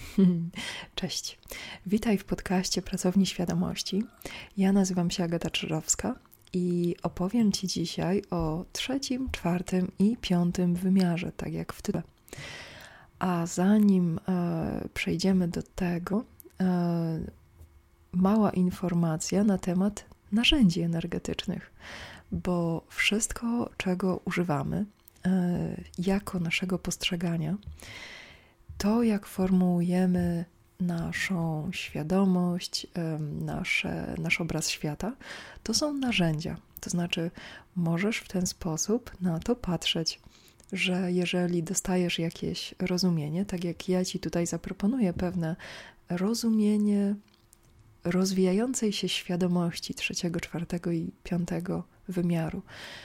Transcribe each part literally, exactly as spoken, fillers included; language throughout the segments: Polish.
Cześć, witaj w podcaście Pracowni Świadomości. Ja nazywam się Agata Czyżowska i opowiem Ci dzisiaj o trzecim, czwartym i piątym wymiarze, tak jak w tytule. A zanim e, przejdziemy do tego, e, mała informacja na temat narzędzi energetycznych, bo wszystko, czego używamy e, jako naszego postrzegania, to, jak formułujemy naszą świadomość, nasze, nasz obraz świata, to są narzędzia. To znaczy, możesz w ten sposób na to patrzeć, że jeżeli dostajesz jakieś rozumienie, tak jak ja Ci tutaj zaproponuję pewne rozumienie rozwijającej się świadomości trzeciego, czwartego i piątego wymiaru,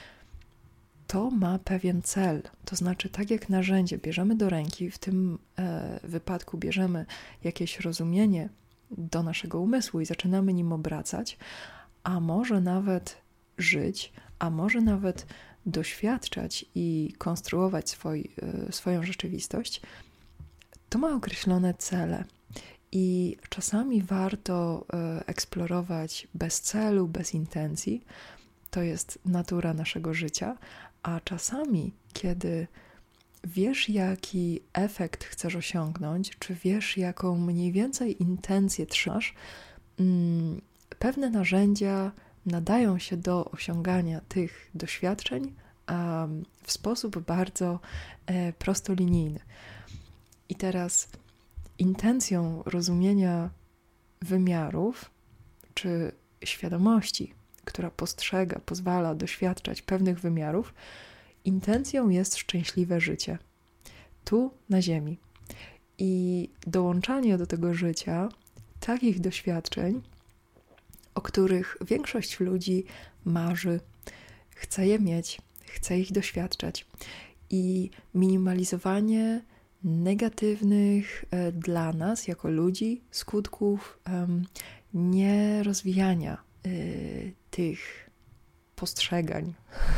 to ma pewien cel, to znaczy tak jak narzędzie bierzemy do ręki, w tym e, wypadku bierzemy jakieś rozumienie do naszego umysłu i zaczynamy nim obracać, a może nawet żyć, a może nawet doświadczać i konstruować swój, e, swoją rzeczywistość, to ma określone cele. I czasami warto e, eksplorować bez celu, bez intencji. To jest natura naszego życia, a czasami, kiedy wiesz, jaki efekt chcesz osiągnąć, czy wiesz, jaką mniej więcej intencję trzymasz, mm, pewne narzędzia nadają się do osiągania tych doświadczeń a w sposób bardzo e, prostolinijny. I teraz intencją rozumienia wymiarów, czy świadomości, która postrzega, pozwala doświadczać pewnych wymiarów, intencją jest szczęśliwe życie. Tu, na ziemi. I dołączanie do tego życia takich doświadczeń, o których większość ludzi marzy, chce je mieć, chce ich doświadczać. I minimalizowanie negatywnych e, dla nas, jako ludzi, skutków um, nierozwijania y, tych postrzegań.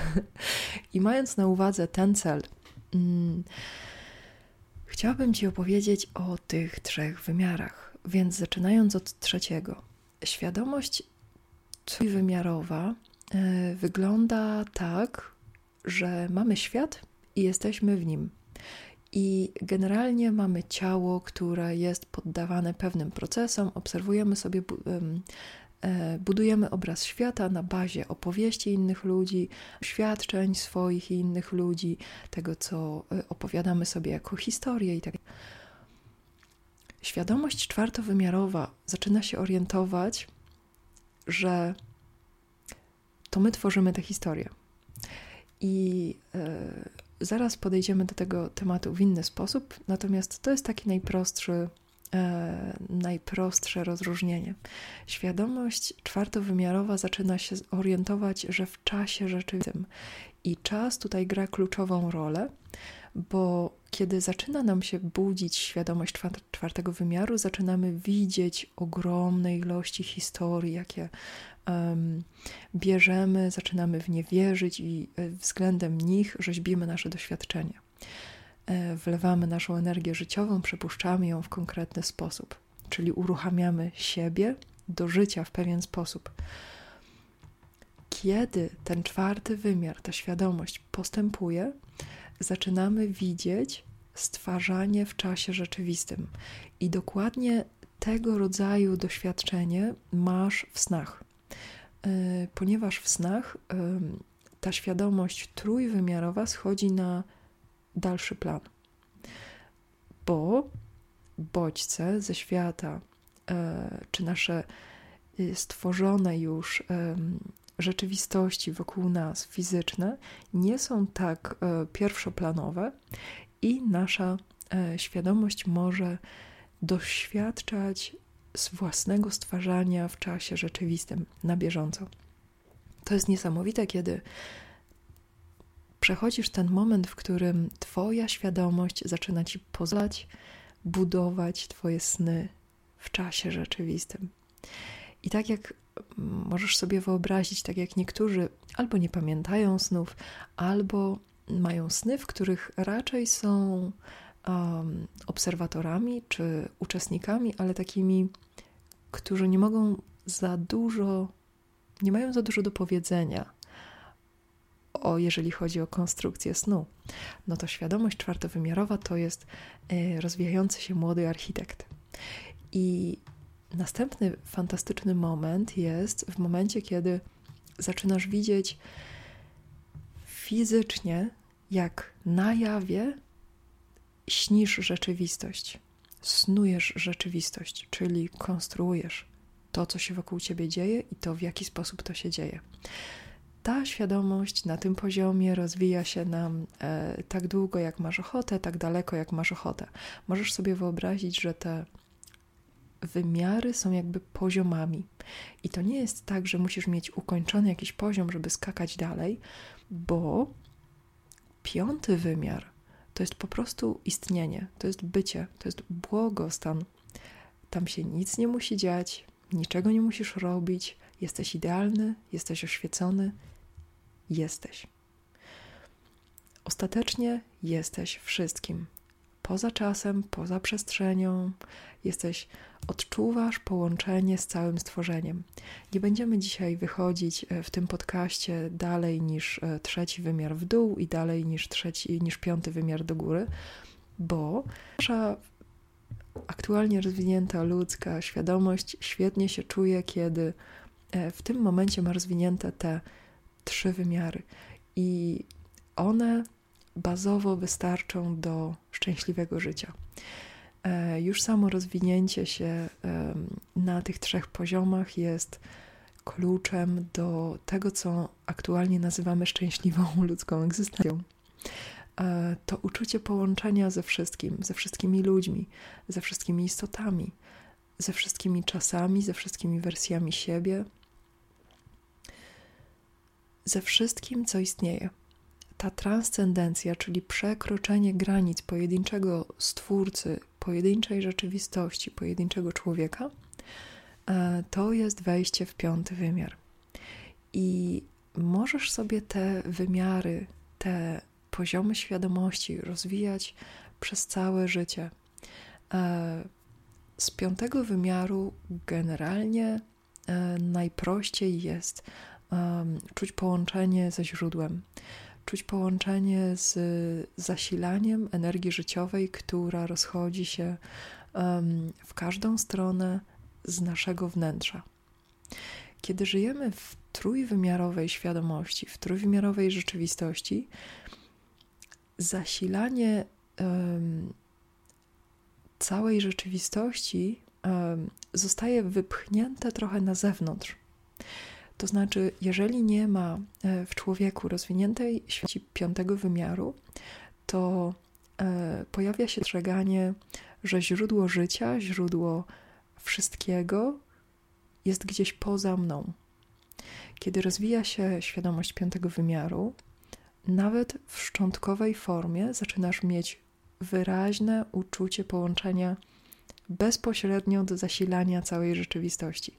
I mając na uwadze ten cel, mm, chciałabym Ci opowiedzieć o tych trzech wymiarach. Więc zaczynając od trzeciego. Świadomość trójwymiarowa y, wygląda tak, że mamy świat i jesteśmy w nim. I generalnie mamy ciało, które jest poddawane pewnym procesom, obserwujemy sobie, budujemy obraz świata na bazie opowieści innych ludzi, doświadczeń swoich i innych ludzi, tego, co opowiadamy sobie jako historię i tak dalej. Świadomość czwartowymiarowa zaczyna się orientować, że to my tworzymy tę historię. I yy, zaraz podejdziemy do tego tematu w inny sposób, natomiast to jest taki najprostszy, e, najprostsze rozróżnienie. Świadomość czwartowymiarowa zaczyna się orientować, że w czasie rzeczywistym i czas tutaj gra kluczową rolę, bo kiedy zaczyna nam się budzić świadomość czwartego wymiaru, zaczynamy widzieć ogromne ilości historii, jakie um, bierzemy, zaczynamy w nie wierzyć i względem nich rzeźbimy nasze doświadczenie. E, wlewamy naszą energię życiową, przepuszczamy ją w konkretny sposób, czyli uruchamiamy siebie do życia w pewien sposób. Kiedy ten czwarty wymiar, ta świadomość postępuje, zaczynamy widzieć stwarzanie w czasie rzeczywistym. I dokładnie tego rodzaju doświadczenie masz w snach. Ponieważ w snach ta świadomość trójwymiarowa schodzi na dalszy plan. Bo bodźce ze świata, czy nasze stworzone już rzeczywistości wokół nas, fizyczne, nie są tak e, pierwszoplanowe i nasza e, świadomość może doświadczać z własnego stwarzania w czasie rzeczywistym, na bieżąco. To jest niesamowite, kiedy przechodzisz ten moment, w którym Twoja świadomość zaczyna Ci pozwalać budować Twoje sny w czasie rzeczywistym. I tak jak możesz sobie wyobrazić, tak jak niektórzy albo nie pamiętają snów, albo mają sny, w których raczej są um, obserwatorami czy uczestnikami, ale takimi, którzy nie mogą za dużo, nie mają za dużo do powiedzenia, o jeżeli chodzi o konstrukcję snu. No to świadomość czwartowymiarowa to jest rozwijający się młody architekt. I następny fantastyczny moment jest w momencie, kiedy zaczynasz widzieć fizycznie, jak na jawie śnisz rzeczywistość, snujesz rzeczywistość, czyli konstruujesz to, co się wokół ciebie dzieje i to, w jaki sposób to się dzieje. Ta świadomość na tym poziomie rozwija się nam e, tak długo, jak masz ochotę, tak daleko, jak masz ochotę. Możesz sobie wyobrazić, że te wymiary są jakby poziomami. I to nie jest tak, że musisz mieć ukończony jakiś poziom, żeby skakać dalej, bo piąty wymiar to jest po prostu istnienie, to jest bycie, to jest błogostan. Tam się nic nie musi dziać, niczego nie musisz robić, jesteś idealny, jesteś oświecony, jesteś. Ostatecznie jesteś wszystkim. Poza czasem, poza przestrzenią, jesteś, odczuwasz połączenie z całym stworzeniem. Nie będziemy dzisiaj wychodzić w tym podcaście dalej niż trzeci wymiar w dół i dalej niż trzeci, niż piąty wymiar do góry, bo nasza aktualnie rozwinięta ludzka świadomość świetnie się czuje, kiedy w tym momencie ma rozwinięte te trzy wymiary i one bazowo wystarczą do szczęśliwego życia. Już samo rozwinięcie się na tych trzech poziomach jest kluczem do tego, co aktualnie nazywamy szczęśliwą ludzką egzystencją. To uczucie połączenia ze wszystkim, ze wszystkimi ludźmi, ze wszystkimi istotami, ze wszystkimi czasami, ze wszystkimi wersjami siebie, ze wszystkim, co istnieje. Ta transcendencja, czyli przekroczenie granic pojedynczego stwórcy, pojedynczej rzeczywistości, pojedynczego człowieka, to jest wejście w piąty wymiar. I możesz sobie te wymiary, te poziomy świadomości rozwijać przez całe życie. Z piątego wymiaru generalnie najprościej jest czuć połączenie ze źródłem, czuć połączenie z zasilaniem energii życiowej, która rozchodzi się w każdą stronę z naszego wnętrza. Kiedy żyjemy w trójwymiarowej świadomości, w trójwymiarowej rzeczywistości, zasilanie um, całej rzeczywistości um, zostaje wypchnięte trochę na zewnątrz. To znaczy, jeżeli nie ma w człowieku rozwiniętej świadomości piątego wymiaru, to e, pojawia się dostrzeganie, że źródło życia, źródło wszystkiego jest gdzieś poza mną. Kiedy rozwija się świadomość piątego wymiaru, nawet w szczątkowej formie zaczynasz mieć wyraźne uczucie połączenia bezpośrednio do zasilania całej rzeczywistości.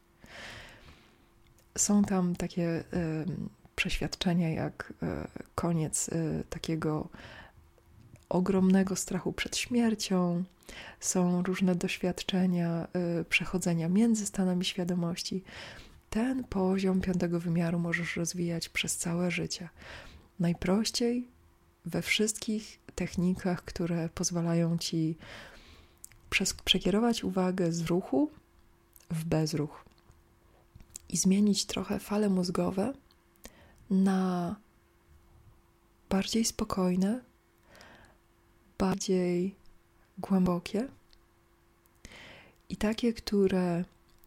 Są tam takie y, przeświadczenia jak y, koniec y, takiego ogromnego strachu przed śmiercią, są różne doświadczenia y, przechodzenia między stanami świadomości. Ten poziom piątego wymiaru możesz rozwijać przez całe życie. Najprościej we wszystkich technikach, które pozwalają ci przez, przekierować uwagę z ruchu w bezruch i zmienić trochę fale mózgowe na bardziej spokojne, bardziej głębokie i takie, które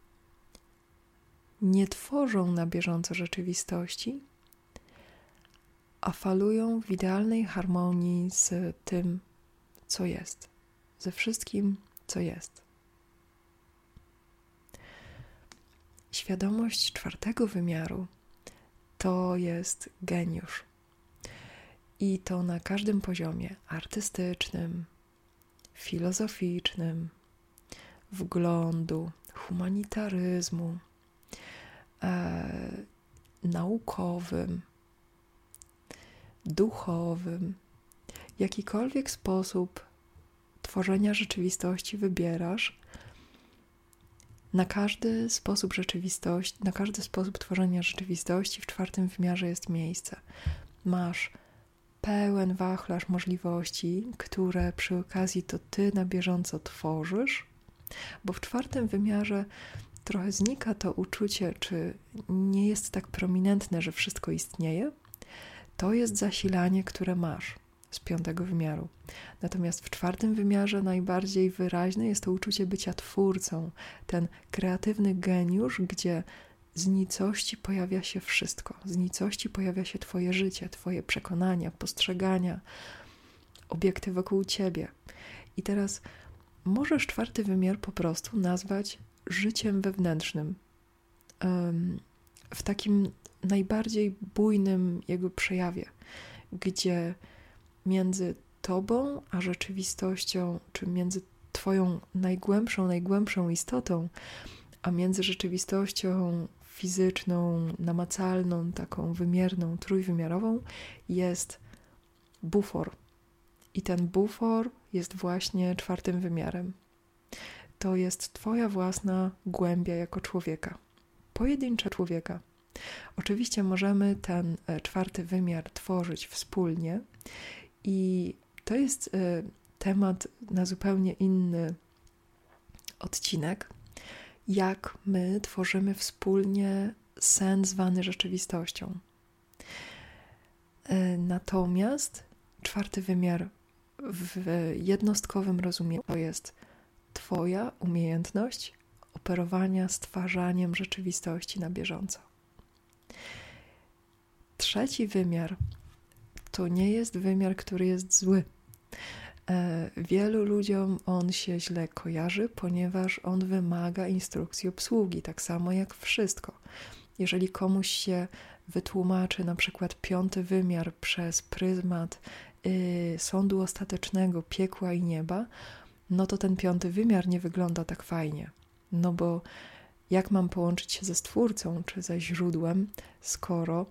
nie tworzą na bieżąco rzeczywistości, a falują w idealnej harmonii z tym, co jest, ze wszystkim, co jest. Świadomość czwartego wymiaru to jest geniusz. I to na każdym poziomie artystycznym, filozoficznym, wglądu, humanitaryzmu, e, naukowym, duchowym, jakikolwiek sposób tworzenia rzeczywistości wybierasz, na każdy sposób rzeczywistości, na każdy sposób tworzenia rzeczywistości w czwartym wymiarze jest miejsce. Masz pełen wachlarz możliwości, które przy okazji to ty na bieżąco tworzysz, bo w czwartym wymiarze trochę znika to uczucie, czy nie jest tak prominentne, że wszystko istnieje. To jest zasilanie, które masz z piątego wymiaru. Natomiast w czwartym wymiarze najbardziej wyraźne jest to uczucie bycia twórcą, ten kreatywny geniusz, gdzie z nicości pojawia się wszystko. Z nicości pojawia się twoje życie, twoje przekonania, postrzegania, obiekty wokół ciebie. I teraz możesz czwarty wymiar po prostu nazwać życiem wewnętrznym. W takim najbardziej bujnym jego przejawie, gdzie między tobą a rzeczywistością, czy między twoją najgłębszą, najgłębszą istotą, a między rzeczywistością fizyczną, namacalną, taką wymierną, trójwymiarową jest bufor. I ten bufor jest właśnie czwartym wymiarem. To jest twoja własna głębia jako człowieka. Pojedyncza człowieka. Oczywiście możemy ten czwarty wymiar tworzyć wspólnie i to jest temat na zupełnie inny odcinek, jak my tworzymy wspólnie sen zwany rzeczywistością. Natomiast czwarty wymiar w jednostkowym rozumieniu to jest twoja umiejętność operowania stwarzaniem rzeczywistości na bieżąco. Trzeci wymiar to nie jest wymiar, który jest zły. Wielu ludziom on się źle kojarzy, ponieważ on wymaga instrukcji obsługi, tak samo jak wszystko. Jeżeli komuś się wytłumaczy na przykład piąty wymiar przez pryzmat yy, sądu ostatecznego, piekła i nieba, no to ten piąty wymiar nie wygląda tak fajnie. No bo jak mam połączyć się ze Stwórcą czy ze źródłem, skoro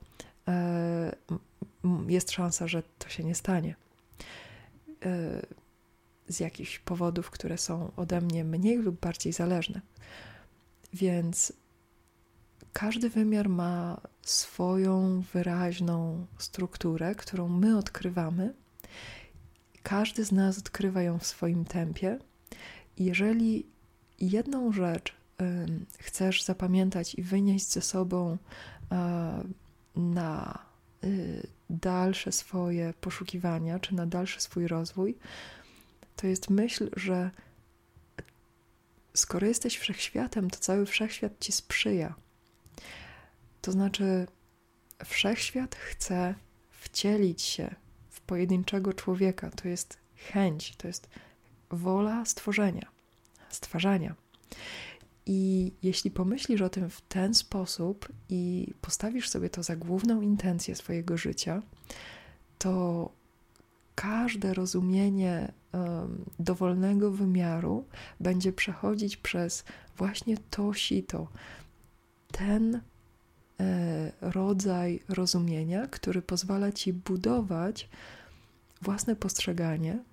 yy, jest szansa, że to się nie stanie. Yy, z jakichś powodów, które są ode mnie mniej lub bardziej zależne. Więc każdy wymiar ma swoją wyraźną strukturę, którą my odkrywamy. Każdy z nas odkrywa ją w swoim tempie. I jeżeli jedną rzecz y, chcesz zapamiętać i wynieść ze sobą y, na y, dalsze swoje poszukiwania, czy na dalszy swój rozwój, to jest myśl, że skoro jesteś wszechświatem, to cały wszechświat ci sprzyja. To znaczy, wszechświat chce wcielić się w pojedynczego człowieka. To jest chęć, to jest wola stworzenia, stwarzania. I jeśli pomyślisz o tym w ten sposób i postawisz sobie to za główną intencję swojego życia, to każde rozumienie um, dowolnego wymiaru będzie przechodzić przez właśnie to sito, ten e, rodzaj rozumienia, który pozwala ci budować własne postrzeganie e,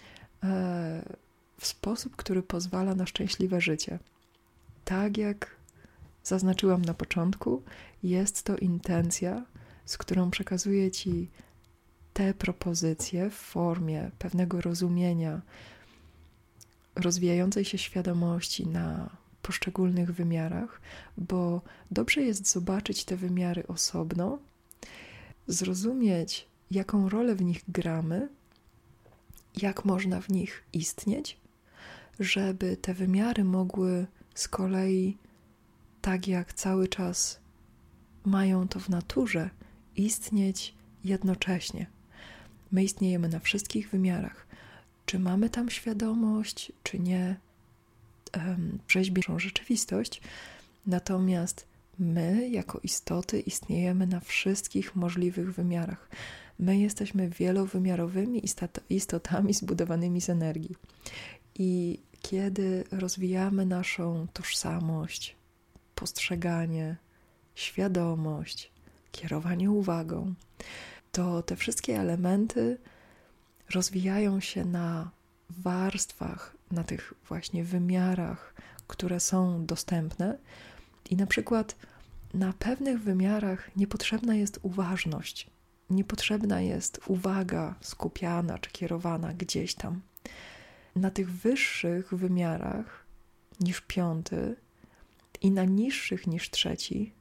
w sposób, który pozwala na szczęśliwe życie. Tak jak zaznaczyłam na początku, jest to intencja, z którą przekazuję ci te propozycje w formie pewnego rozumienia rozwijającej się świadomości na poszczególnych wymiarach, bo dobrze jest zobaczyć te wymiary osobno, zrozumieć, jaką rolę w nich gramy, jak można w nich istnieć, żeby te wymiary mogły z kolei, tak jak cały czas mają to w naturze, istnieć jednocześnie. My istniejemy na wszystkich wymiarach. Czy mamy tam świadomość, czy nie, um, rzeźbi naszą rzeczywistość, natomiast my jako istoty istniejemy na wszystkich możliwych wymiarach. My jesteśmy wielowymiarowymi istotami zbudowanymi z energii. I kiedy rozwijamy naszą tożsamość, postrzeganie, świadomość, kierowanie uwagą, to te wszystkie elementy rozwijają się na warstwach, na tych właśnie wymiarach, które są dostępne i na przykład na pewnych wymiarach niepotrzebna jest uważność, niepotrzebna jest uwaga skupiana czy kierowana gdzieś tam. Na tych wyższych wymiarach niż piąty i na niższych niż trzeci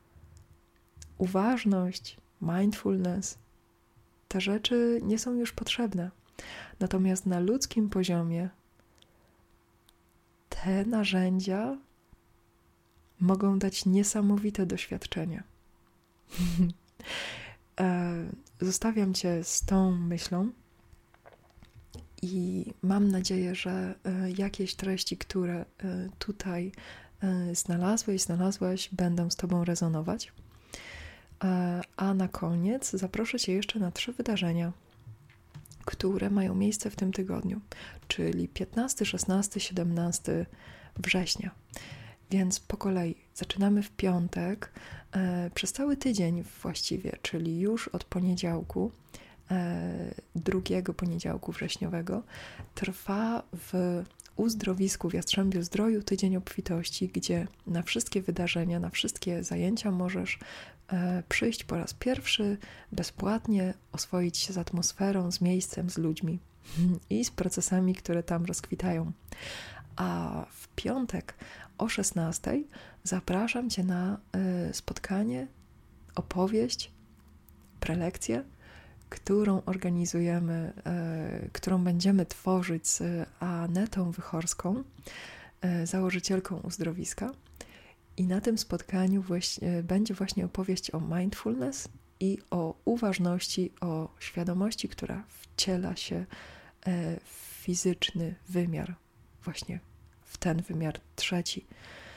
uważność, mindfulness, te rzeczy nie są już potrzebne. Natomiast na ludzkim poziomie te narzędzia mogą dać niesamowite doświadczenie. Zostawiam Cię z tą myślą i mam nadzieję, że jakieś treści, które tutaj znalazłeś, znalazłeś, będą z Tobą rezonować. A na koniec zaproszę Cię jeszcze na trzy wydarzenia, które mają miejsce w tym tygodniu, czyli piętnastego, szesnastego, siedemnastego września. Więc po kolei zaczynamy w piątek, e, przez cały tydzień właściwie, czyli już od poniedziałku, e, drugiego poniedziałku wrześniowego, trwa w uzdrowisku w Jastrzębiu Zdroju Tydzień Obfitości, gdzie na wszystkie wydarzenia, na wszystkie zajęcia możesz e, przyjść po raz pierwszy bezpłatnie, oswoić się z atmosferą, z miejscem, z ludźmi i z procesami, które tam rozkwitają. A w piątek o szesnastej zapraszam Cię na y, spotkanie, opowieść, prelekcję, którą organizujemy, y, którą będziemy tworzyć z Anetą Wychorską, y, założycielką uzdrowiska. I na tym spotkaniu właśnie, y, będzie właśnie opowieść o mindfulness i o uważności, o świadomości, która wciela się y, w fizyczny wymiar, właśnie w ten wymiar trzeci.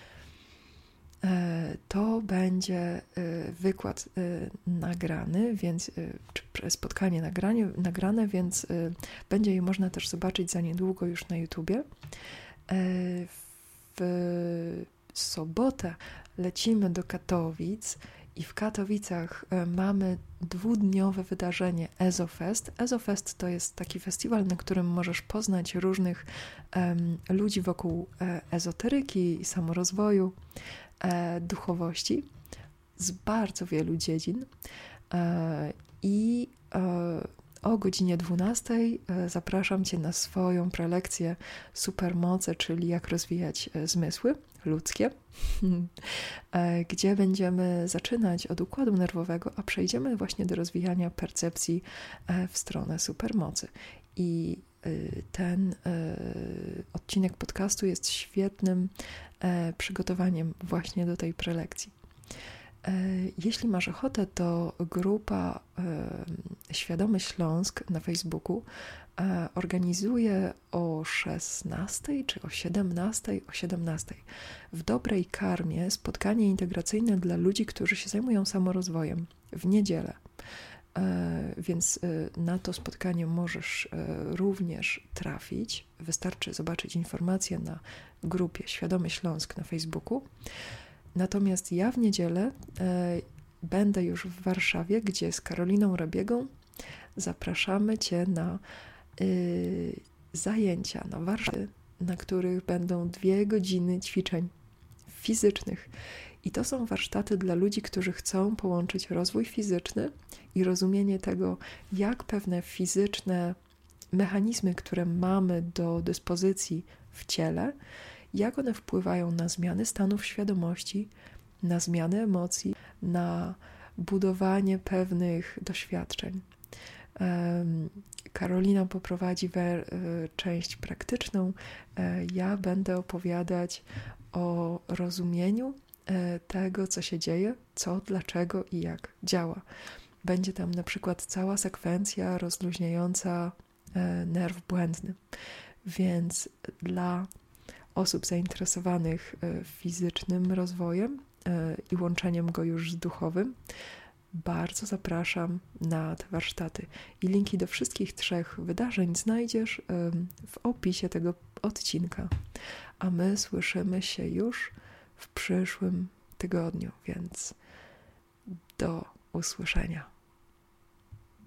To będzie wykład nagrany, więc, czy spotkanie nagranie, nagrane, więc będzie je można też zobaczyć za niedługo już na YouTubie. W sobotę lecimy do Katowic i w Katowicach mamy dwudniowe wydarzenie EzoFest. EzoFest to jest taki festiwal, na którym możesz poznać różnych um, ludzi wokół e, ezoteryki, samorozwoju, e, duchowości z bardzo wielu dziedzin. E, I e, o godzinie dwunastej e, zapraszam Cię na swoją prelekcję Supermoce, czyli jak rozwijać e, zmysły ludzkie, gdzie będziemy zaczynać od układu nerwowego, a przejdziemy właśnie do rozwijania percepcji w stronę supermocy. I ten odcinek podcastu jest świetnym przygotowaniem właśnie do tej prelekcji. Jeśli masz ochotę, to grupa Świadomy Śląsk na Facebooku organizuje o szesnastej czy o siedemnastej, o siedemnastej w Dobrej Karmie spotkanie integracyjne dla ludzi, którzy się zajmują samorozwojem w niedzielę. Więc na to spotkanie możesz również trafić. Wystarczy zobaczyć informacje na grupie Świadomy Śląsk na Facebooku. Natomiast ja w niedzielę e, będę już w Warszawie, gdzie z Karoliną Rabiegą zapraszamy Cię na y, zajęcia, na warsztaty, na których będą dwie godziny ćwiczeń fizycznych. I to są warsztaty dla ludzi, którzy chcą połączyć rozwój fizyczny i rozumienie tego, jak pewne fizyczne mechanizmy, które mamy do dyspozycji w ciele, jak one wpływają na zmiany stanów świadomości, na zmiany emocji, na budowanie pewnych doświadczeń. Karolina poprowadzi we, część praktyczną, ja będę opowiadać o rozumieniu tego, co się dzieje, co, dlaczego i jak działa. Będzie tam na przykład cała sekwencja rozluźniająca nerw błędny, więc dla osób zainteresowanych fizycznym rozwojem i łączeniem go już z duchowym, bardzo zapraszam na te warsztaty. I linki do wszystkich trzech wydarzeń znajdziesz w opisie tego odcinka. A my słyszymy się już w przyszłym tygodniu, więc do usłyszenia.